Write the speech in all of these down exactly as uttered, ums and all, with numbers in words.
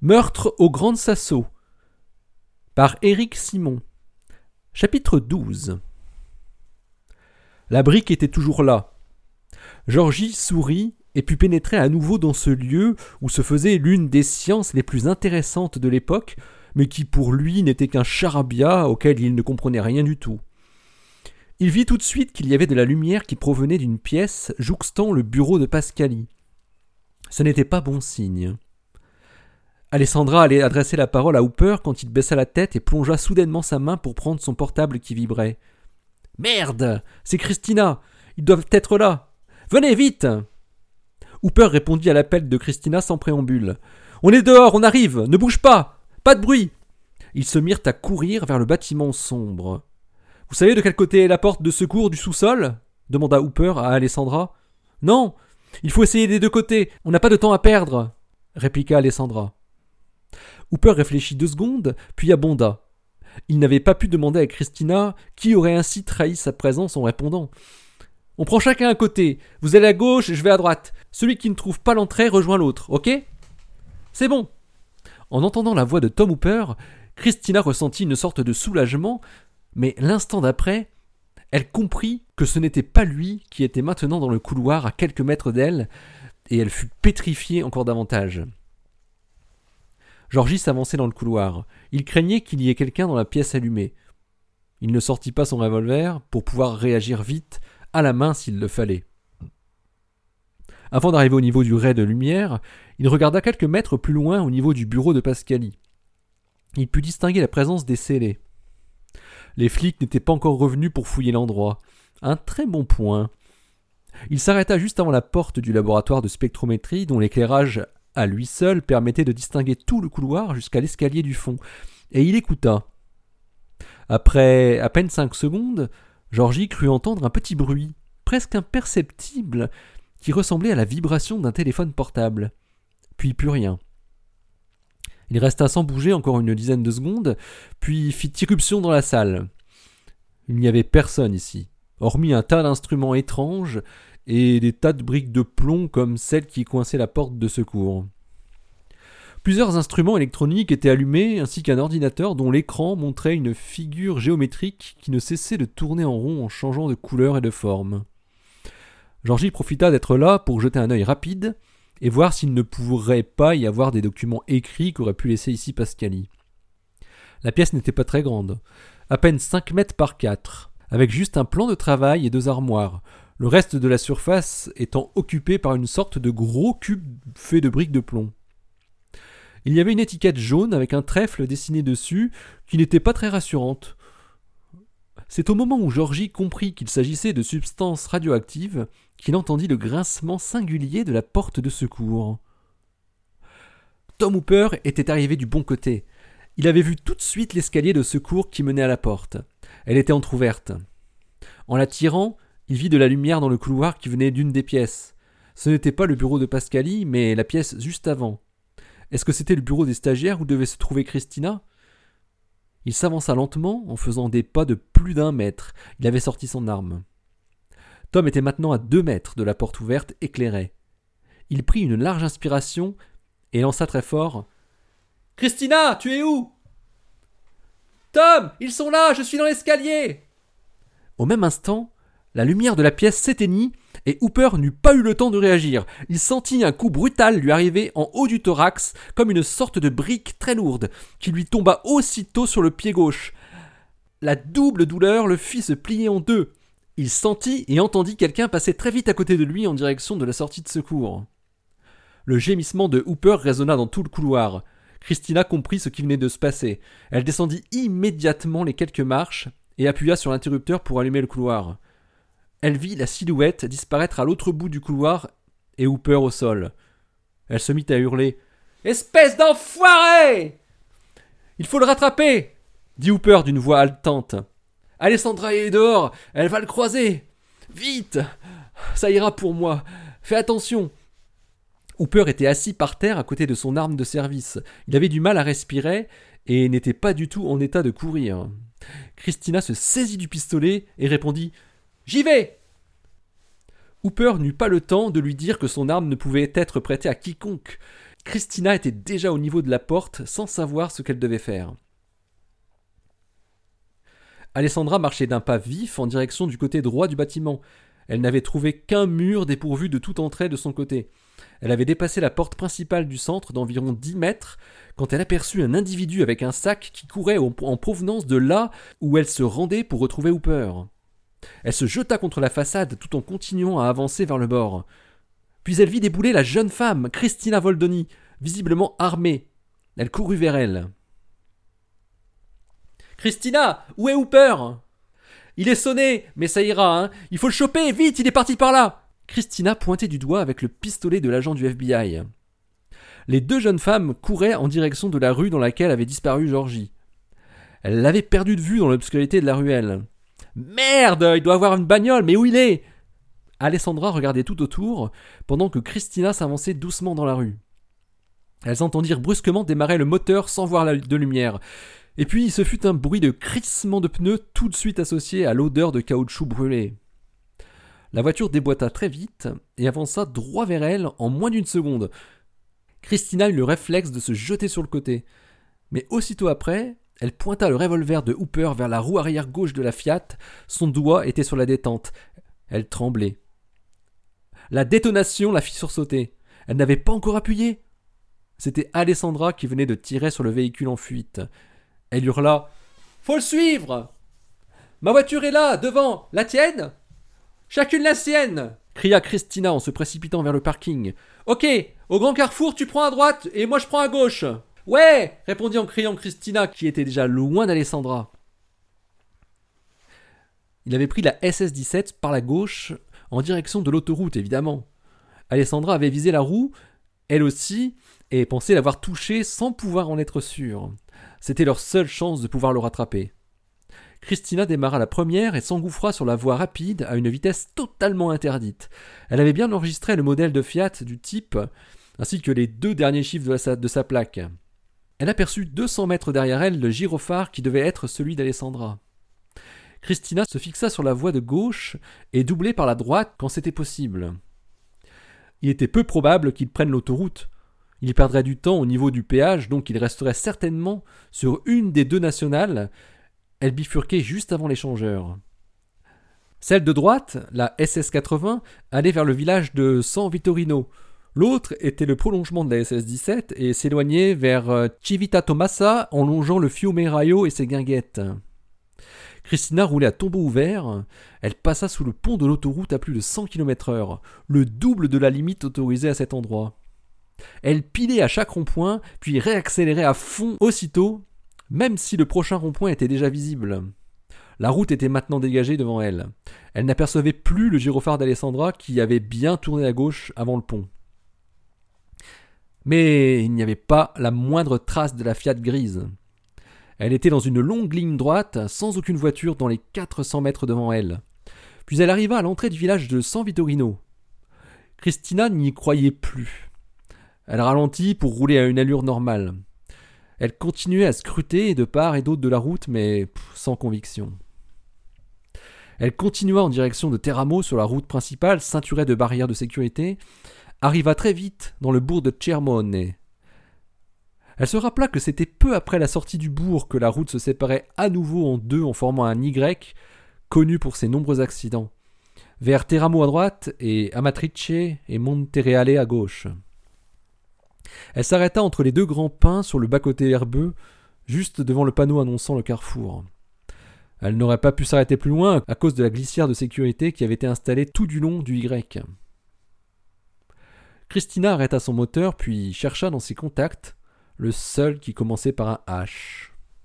Meurtre au Grand Sasso par Éric Simon. Chapitre douze. La brique était toujours là. Georgie sourit et put pénétrer à nouveau dans ce lieu où se faisait l'une des sciences les plus intéressantes de l'époque, mais qui pour lui n'était qu'un charabia auquel il ne comprenait rien du tout. Il vit tout de suite qu'il y avait de la lumière qui provenait d'une pièce jouxtant le bureau de Pascalie. Ce n'était pas bon signe. Alessandra allait adresser la parole à Hooper quand il baissa la tête et plongea soudainement sa main pour prendre son portable qui vibrait. « Merde, c'est Christina. Ils doivent être là. Venez, vite !» Hooper répondit à l'appel de Christina sans préambule. « On est dehors, on arrive, ne bouge pas, pas de bruit !» Ils se mirent à courir vers le bâtiment sombre. « Vous savez de quel côté est la porte de secours du sous-sol ?» demanda Hooper à Alessandra. « Non, il faut essayer des deux côtés, on n'a pas de temps à perdre !» répliqua Alessandra. Hooper réfléchit deux secondes, puis abonda. Il n'avait pas pu demander à Christina qui aurait ainsi trahi sa présence en répondant. « On prend chacun un côté. Vous allez à gauche et je vais à droite. Celui qui ne trouve pas l'entrée rejoint l'autre, ok ? C'est bon !» En entendant la voix de Tom Hooper, Christina ressentit une sorte de soulagement, mais l'instant d'après, elle comprit que ce n'était pas lui qui était maintenant dans le couloir à quelques mètres d'elle, et elle fut pétrifiée encore davantage. Georgie s'avançait dans le couloir. Il craignait qu'il y ait quelqu'un dans la pièce allumée. Il ne sortit pas son revolver pour pouvoir réagir vite, à la main s'il le fallait. Avant d'arriver au niveau du ray de lumière, il regarda quelques mètres plus loin au niveau du bureau de Pascalie. Il put distinguer la présence des scellés. Les flics n'étaient pas encore revenus pour fouiller l'endroit. Un très bon point. Il s'arrêta juste avant la porte du laboratoire de spectrométrie dont l'éclairage à lui seul permettait de distinguer tout le couloir jusqu'à l'escalier du fond, et il écouta. Après à peine cinq secondes, Georgie crut entendre un petit bruit, presque imperceptible, qui ressemblait à la vibration d'un téléphone portable. Puis plus rien. Il resta sans bouger encore une dizaine de secondes, puis fit irruption dans la salle. Il n'y avait personne ici, hormis un tas d'instruments étranges et des tas de briques de plomb comme celles qui coinçaient la porte de secours. Plusieurs instruments électroniques étaient allumés, ainsi qu'un ordinateur dont l'écran montrait une figure géométrique qui ne cessait de tourner en rond en changeant de couleur et de forme. Georgie profita d'être là pour jeter un œil rapide et voir s'il ne pourrait pas y avoir des documents écrits qu'aurait pu laisser ici Pascalie. La pièce n'était pas très grande, à peine cinq mètres par quatre, avec juste un plan de travail et deux armoires, le reste de la surface étant occupé par une sorte de gros cube fait de briques de plomb. Il y avait une étiquette jaune avec un trèfle dessiné dessus qui n'était pas très rassurante. C'est au moment où Georgie comprit qu'il s'agissait de substances radioactives qu'il entendit le grincement singulier de la porte de secours. Tom Hooper était arrivé du bon côté. Il avait vu tout de suite l'escalier de secours qui menait à la porte. Elle était entr'ouverte. En la tirant, il vit de la lumière dans le couloir qui venait d'une des pièces. Ce n'était pas le bureau de Pascalie, mais la pièce juste avant. Est-ce que c'était le bureau des stagiaires où devait se trouver Christina ? Il s'avança lentement en faisant des pas de plus d'un mètre. Il avait sorti son arme. Tom était maintenant à deux mètres de la porte ouverte éclairée. Il prit une large inspiration et lança très fort « Christina, tu es où ?»« Tom, ils sont là, je suis dans l'escalier !» Au même instant, la lumière de la pièce s'éteignit et Hooper n'eut pas eu le temps de réagir. Il sentit un coup brutal lui arriver en haut du thorax, comme une sorte de brique très lourde, qui lui tomba aussitôt sur le pied gauche. La double douleur le fit se plier en deux. Il sentit et entendit quelqu'un passer très vite à côté de lui en direction de la sortie de secours. Le gémissement de Hooper résonna dans tout le couloir. Christina comprit ce qui venait de se passer. Elle descendit immédiatement les quelques marches et appuya sur l'interrupteur pour allumer le couloir. Elle vit la silhouette disparaître à l'autre bout du couloir et Hooper au sol. Elle se mit à hurler « Espèce d'enfoiré !»« Il faut le rattraper !» dit Hooper d'une voix haletante. « Alessandra est dehors, elle va le croiser ! Vite ! Ça ira pour moi, fais attention !» Hooper était assis par terre à côté de son arme de service. Il avait du mal à respirer et n'était pas du tout en état de courir. Christina se saisit du pistolet et répondit « J'y vais !» Hooper n'eut pas le temps de lui dire que son arme ne pouvait être prêtée à quiconque. Christina était déjà au niveau de la porte sans savoir ce qu'elle devait faire. Alessandra marchait d'un pas vif en direction du côté droit du bâtiment. Elle n'avait trouvé qu'un mur dépourvu de toute entrée de son côté. Elle avait dépassé la porte principale du centre d'environ dix mètres quand elle aperçut un individu avec un sac qui courait en provenance de là où elle se rendait pour retrouver Hooper. Elle se jeta contre la façade tout en continuant à avancer vers le bord. Puis elle vit débouler la jeune femme, Christina Voldoni, visiblement armée. Elle courut vers elle. « Christina, où est Hooper ?»« Il est sonné, mais ça ira, hein. Il faut le choper, vite, il est parti par là !» Christina pointait du doigt avec le pistolet de l'agent du F B I. Les deux jeunes femmes couraient en direction de la rue dans laquelle avait disparu Georgie. Elle l'avait perdu de vue dans l'obscurité de la ruelle. « Merde, il doit avoir une bagnole, mais où il est ?» Alessandra regardait tout autour, pendant que Christina s'avançait doucement dans la rue. Elles entendirent brusquement démarrer le moteur sans voir la, de lumière. Et puis ce fut un bruit de crissement de pneus tout de suite associé à l'odeur de caoutchouc brûlé. La voiture déboîta très vite et avança droit vers elle en moins d'une seconde. Christina eut le réflexe de se jeter sur le côté. Mais aussitôt après, elle pointa le revolver de Hooper vers la roue arrière gauche de la Fiat. Son doigt était sur la détente. Elle tremblait. La détonation la fit sursauter. Elle n'avait pas encore appuyé. C'était Alessandra qui venait de tirer sur le véhicule en fuite. Elle hurla « Faut le suivre !»« Ma voiture est là, devant, la tienne ?»« Chacune la sienne !» cria Christina en se précipitant vers le parking. « Ok, au grand carrefour, tu prends à droite et moi je prends à gauche. »« Ouais !» répondit en criant Christina qui était déjà loin d'Alessandra. Il avait pris la S S dix-sept par la gauche en direction de l'autoroute, évidemment. Alessandra avait visé la roue, elle aussi, et pensait l'avoir touchée sans pouvoir en être sûre. C'était leur seule chance de pouvoir le rattraper. Christina démarra la première et s'engouffra sur la voie rapide à une vitesse totalement interdite. Elle avait bien enregistré le modèle de Fiat du type, ainsi que les deux derniers chiffres de, la, de sa plaque. Elle aperçut deux cents mètres derrière elle le gyrophare qui devait être celui d'Alessandra. Christina se fixa sur la voie de gauche et doublait par la droite quand c'était possible. Il était peu probable qu'il prenne l'autoroute. Il perdrait du temps au niveau du péage, donc il resterait certainement sur une des deux nationales. Elle bifurquait juste avant l'échangeur. Celle de droite, la S S quatre-vingts, allait vers le village de San Vittorino. L'autre était le prolongement de la S S dix-sept et s'éloignait vers Civita Tomasa en longeant le Fiumeraio et ses guinguettes. Christina roulait à tombeau ouvert. Elle passa sous le pont de l'autoroute à plus de cent kilomètres heure, le double de la limite autorisée à cet endroit. Elle pilait à chaque rond-point, puis réaccélérait à fond aussitôt, même si le prochain rond-point était déjà visible. La route était maintenant dégagée devant elle. Elle n'apercevait plus le gyrophare d'Alessandra qui avait bien tourné à gauche avant le pont. Mais il n'y avait pas la moindre trace de la Fiat grise. Elle était dans une longue ligne droite, sans aucune voiture dans les quatre cents mètres devant elle. Puis elle arriva à l'entrée du village de San Vittorino. Christina n'y croyait plus. Elle ralentit pour rouler à une allure normale. Elle continuait à scruter de part et d'autre de la route, mais pff, sans conviction. Elle continua en direction de Teramo sur la route principale, ceinturée de barrières de sécurité, arriva très vite dans le bourg de Cermone. Elle se rappela que c'était peu après la sortie du bourg que la route se séparait à nouveau en deux en formant un Y, connu pour ses nombreux accidents, vers Teramo à droite et Amatrice et Montereale à gauche. Elle s'arrêta entre les deux grands pins sur le bas-côté herbeux, juste devant le panneau annonçant le carrefour. Elle n'aurait pas pu s'arrêter plus loin à cause de la glissière de sécurité qui avait été installée tout du long du Y. Christina arrêta son moteur puis chercha dans ses contacts le seul qui commençait par un H.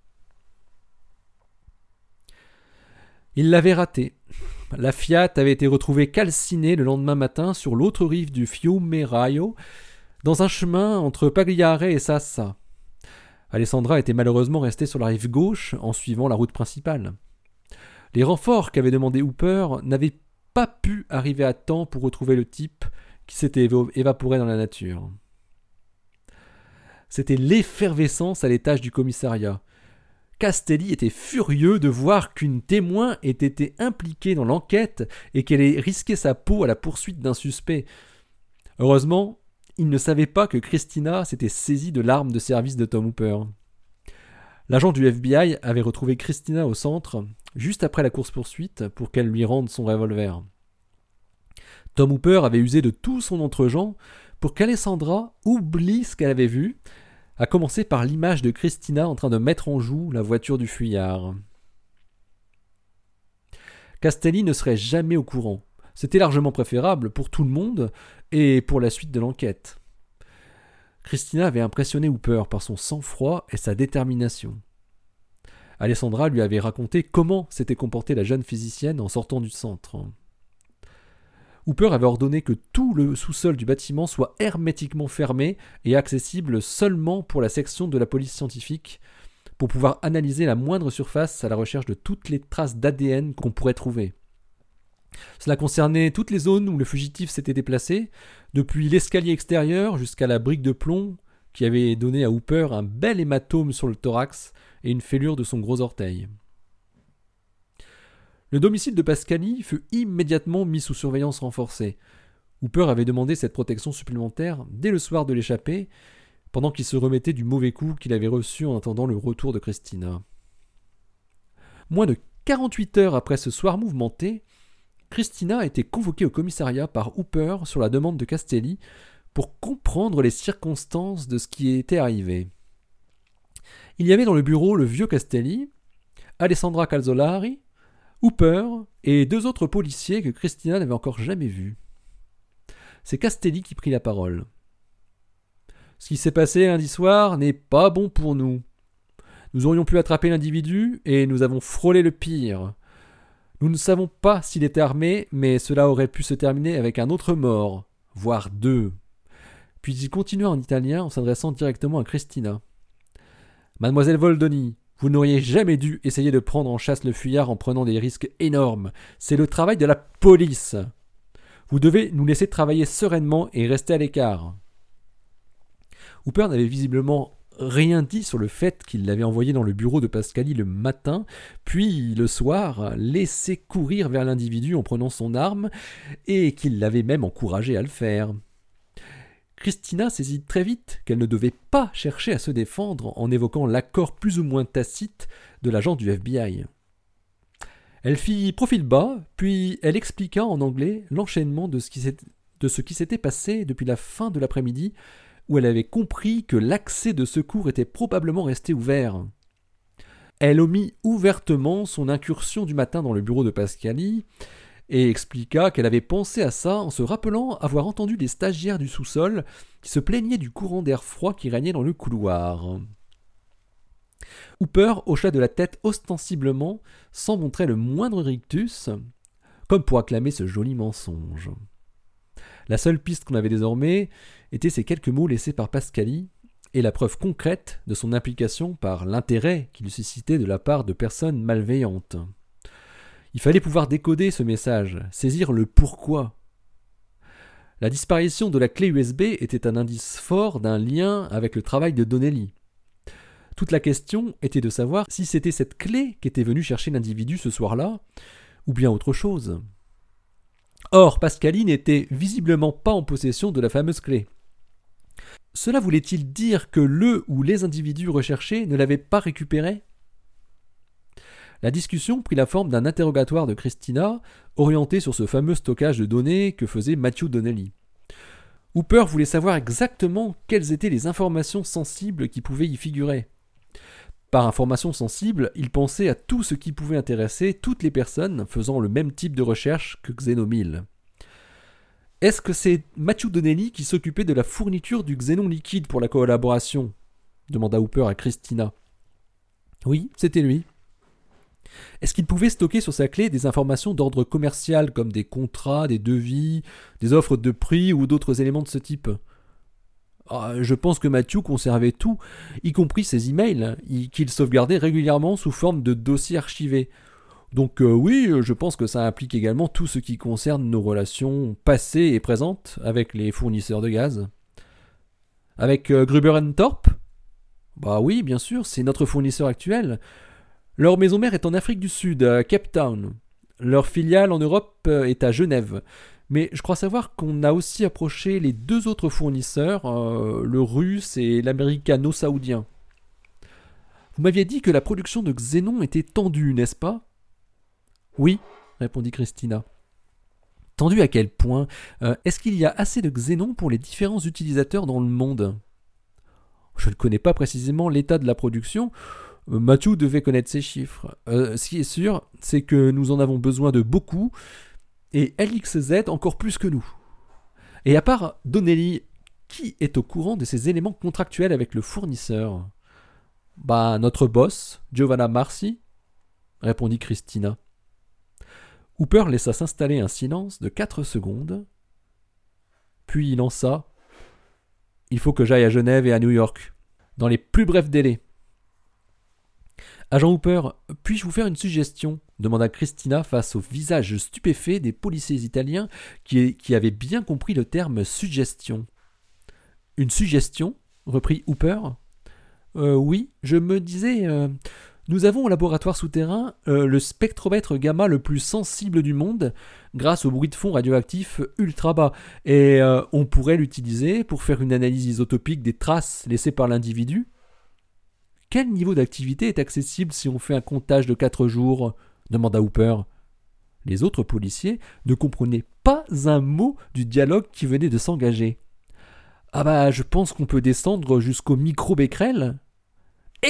Il l'avait raté. La Fiat avait été retrouvée calcinée le lendemain matin sur l'autre rive du Fiumeraio, dans un chemin entre Pagliare et Sassa. Alessandra était malheureusement restée sur la rive gauche en suivant la route principale. Les renforts qu'avait demandé Hooper n'avaient pas pu arriver à temps pour retrouver le type qui s'était évaporé dans la nature. C'était l'effervescence à l'étage du commissariat. Castelli était furieux de voir qu'une témoin ait été impliquée dans l'enquête et qu'elle ait risqué sa peau à la poursuite d'un suspect. Heureusement, il ne savait pas que Christina s'était saisie de l'arme de service de Tom Hooper. L'agent du F B I avait retrouvé Christina au centre, juste après la course-poursuite, pour qu'elle lui rende son revolver. Tom Hooper avait usé de tout son entre-gens pour qu'Alessandra oublie ce qu'elle avait vu, à commencer par l'image de Christina en train de mettre en joue la voiture du fuyard. Castelli ne serait jamais au courant. C'était largement préférable pour tout le monde et pour la suite de l'enquête. Christina avait impressionné Hooper par son sang-froid et sa détermination. Alessandra lui avait raconté comment s'était comportée la jeune physicienne en sortant du centre. Hooper avait ordonné que tout le sous-sol du bâtiment soit hermétiquement fermé et accessible seulement pour la section de la police scientifique, pour pouvoir analyser la moindre surface à la recherche de toutes les traces d'A D N qu'on pourrait trouver. Cela concernait toutes les zones où le fugitif s'était déplacé, depuis l'escalier extérieur jusqu'à la brique de plomb qui avait donné à Hooper un bel hématome sur le thorax et une fêlure de son gros orteil. Le domicile de Pascali fut immédiatement mis sous surveillance renforcée. Hooper avait demandé cette protection supplémentaire dès le soir de l'échappée, pendant qu'il se remettait du mauvais coup qu'il avait reçu en attendant le retour de Christina. Moins de quarante-huit heures après ce soir mouvementé, Christina a été convoquée au commissariat par Hooper sur la demande de Castelli pour comprendre les circonstances de ce qui était arrivé. Il y avait dans le bureau le vieux Castelli, Alessandra Calzolari, Hooper et deux autres policiers que Christina n'avait encore jamais vus. C'est Castelli qui prit la parole. « Ce qui s'est passé lundi soir n'est pas bon pour nous. Nous aurions pu attraper l'individu et nous avons frôlé le pire. Nous ne savons pas s'il était armé, mais cela aurait pu se terminer avec un autre mort, voire deux. » Puis il continua en italien en s'adressant directement à Christina. « Mademoiselle Voldoni, vous n'auriez jamais dû essayer de prendre en chasse le fuyard en prenant des risques énormes. C'est le travail de la police. Vous devez nous laisser travailler sereinement et rester à l'écart. » Hooper n'avait visiblement rien dit sur le fait qu'il l'avait envoyé dans le bureau de Pascali le matin, puis le soir laissé courir vers l'individu en prenant son arme, et qu'il l'avait même encouragé à le faire. Christina saisit très vite qu'elle ne devait pas chercher à se défendre en évoquant l'accord plus ou moins tacite de l'agent du F B I. Elle fit profil bas, puis elle expliqua en anglais l'enchaînement de ce qui s'était, de ce qui s'était passé depuis la fin de l'après-midi, où elle avait compris que l'accès de secours était probablement resté ouvert. Elle omit ouvertement son incursion du matin dans le bureau de Pascali, et expliqua qu'elle avait pensé à ça en se rappelant avoir entendu des stagiaires du sous-sol qui se plaignaient du courant d'air froid qui régnait dans le couloir. Hooper hocha de la tête ostensiblement, sans montrer le moindre rictus, comme pour acclamer ce joli mensonge. La seule piste qu'on avait désormais était ces quelques mots laissés par Pascali, et la preuve concrète de son implication par l'intérêt qu'il suscitait de la part de personnes malveillantes. Il fallait pouvoir décoder ce message, saisir le pourquoi. La disparition de la clé U S B était un indice fort d'un lien avec le travail de Donnelly. Toute la question était de savoir si c'était cette clé qu'était venu chercher l'individu ce soir-là, ou bien autre chose. Or, Pascali n'était visiblement pas en possession de la fameuse clé. Cela voulait-il dire que le ou les individus recherchés ne l'avaient pas récupérée ? La discussion prit la forme d'un interrogatoire de Christina, orienté sur ce fameux stockage de données que faisait Matthew Donnelly. Hooper voulait savoir exactement quelles étaient les informations sensibles qui pouvaient y figurer. Par informations sensibles, il pensait à tout ce qui pouvait intéresser toutes les personnes faisant le même type de recherche que Xenomil. Est-ce que c'est Matthew Donnelly qui s'occupait de la fourniture du xénon liquide pour la collaboration ? Demanda Hooper à Christina. Oui, c'était lui. Est-ce qu'il pouvait stocker sur sa clé des informations d'ordre commercial comme des contrats, des devis, des offres de prix ou d'autres éléments de ce type ? Ah, je pense que Matthew conservait tout, y compris ses emails, qu'il sauvegardait régulièrement sous forme de dossiers archivés. Donc euh, oui, je pense que ça implique également tout ce qui concerne nos relations passées et présentes avec les fournisseurs de gaz. Avec euh, Gruber and Thorpe ? Bah oui, bien sûr, c'est notre fournisseur actuel. Leur maison mère est en Afrique du Sud, à Cape Town. Leur filiale en Europe est à Genève. Mais je crois savoir qu'on a aussi approché les deux autres fournisseurs, euh, le russe et l'américano-saoudien. Vous m'aviez dit que la production de xénon était tendue, n'est-ce pas ? Oui, répondit Christina. Tendue à quel point ? euh, Est-ce qu'il y a assez de xénon pour les différents utilisateurs dans le monde ? Je ne connais pas précisément l'état de la production. Euh, Mathieu devait connaître ces chiffres. Euh, ce qui est sûr, c'est que nous en avons besoin de beaucoup, et L X Z encore plus que nous. Et à part Donnelly, qui est au courant de ces éléments contractuels avec le fournisseur ? Bah, notre boss, Giovanna Marcy, répondit Christina. Hooper laissa s'installer un silence de quatre secondes, puis il lança « Il faut que j'aille à Genève et à New York, dans les plus brefs délais. » Agent Hooper, puis-je vous faire une suggestion ? Demanda Christina face au visage stupéfait des policiers italiens qui, qui avaient bien compris le terme suggestion. Une suggestion ? Reprit Hooper. Euh, oui, je me disais, euh, nous avons au laboratoire souterrain euh, le spectromètre gamma le plus sensible du monde grâce au bruit de fond radioactif ultra bas, et euh, on pourrait l'utiliser pour faire une analyse isotopique des traces laissées par l'individu. Quel niveau d'activité est accessible si on fait un comptage de quatre jours ? Demanda Hooper. Les autres policiers ne comprenaient pas un mot du dialogue qui venait de s'engager. Ah bah, je pense qu'on peut descendre jusqu'au micro-becquerel. Excellent !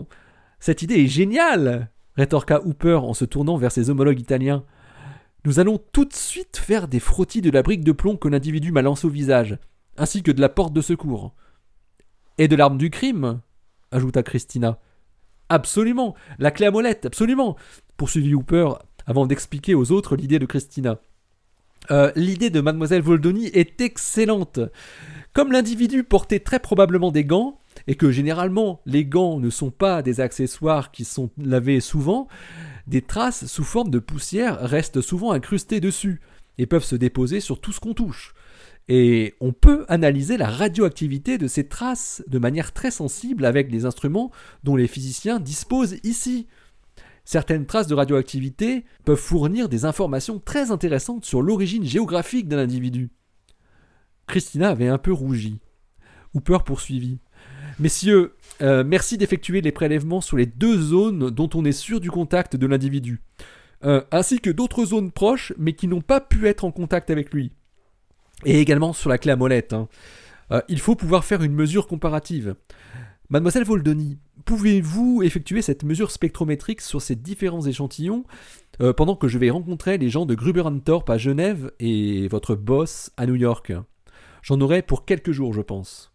Cette idée est géniale ! Rétorqua Hooper en se tournant vers ses homologues italiens. Nous allons tout de suite faire des frottis de la brique de plomb que l'individu m'a lancée au visage, ainsi que de la porte de secours. Et de l'arme du crime, ajouta Christina. Absolument, la clé à molette, absolument, poursuivit Hooper avant d'expliquer aux autres l'idée de Christina. Euh, l'idée de mademoiselle Voldoni est excellente. Comme l'individu portait très probablement des gants, et que généralement les gants ne sont pas des accessoires qui sont lavés souvent, des traces sous forme de poussière restent souvent incrustées dessus et peuvent se déposer sur tout ce qu'on touche. Et on peut analyser la radioactivité de ces traces de manière très sensible avec les instruments dont les physiciens disposent ici. Certaines traces de radioactivité peuvent fournir des informations très intéressantes sur l'origine géographique d'un individu. Christina avait un peu rougi. Hooper poursuivit. « Messieurs, euh, merci d'effectuer les prélèvements sur les deux zones dont on est sûr du contact de l'individu, euh, ainsi que d'autres zones proches mais qui n'ont pas pu être en contact avec lui. Et également sur la clé à molette. Hein. Euh, il faut pouvoir faire une mesure comparative. Mademoiselle Voldoni, pouvez-vous effectuer cette mesure spectrométrique sur ces différents échantillons euh, pendant que je vais rencontrer les gens de Gruber and Thorpe à Genève et votre boss à New York ? J'en aurai pour quelques jours, je pense.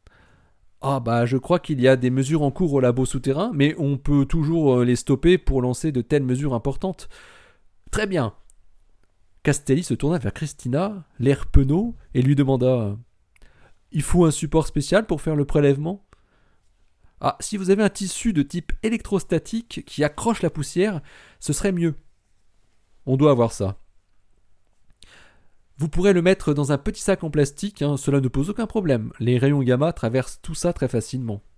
Ah bah je crois qu'il y a des mesures en cours au labo souterrain, mais on peut toujours les stopper pour lancer de telles mesures importantes. Très bien. Castelli se tourna vers Christina, l'air penaud, et lui demanda « Il faut un support spécial pour faire le prélèvement ?» Ah, si vous avez un tissu de type électrostatique qui accroche la poussière, ce serait mieux. On doit avoir ça. Vous pourrez le mettre dans un petit sac en plastique, hein, cela ne pose aucun problème. Les rayons gamma traversent tout ça très facilement.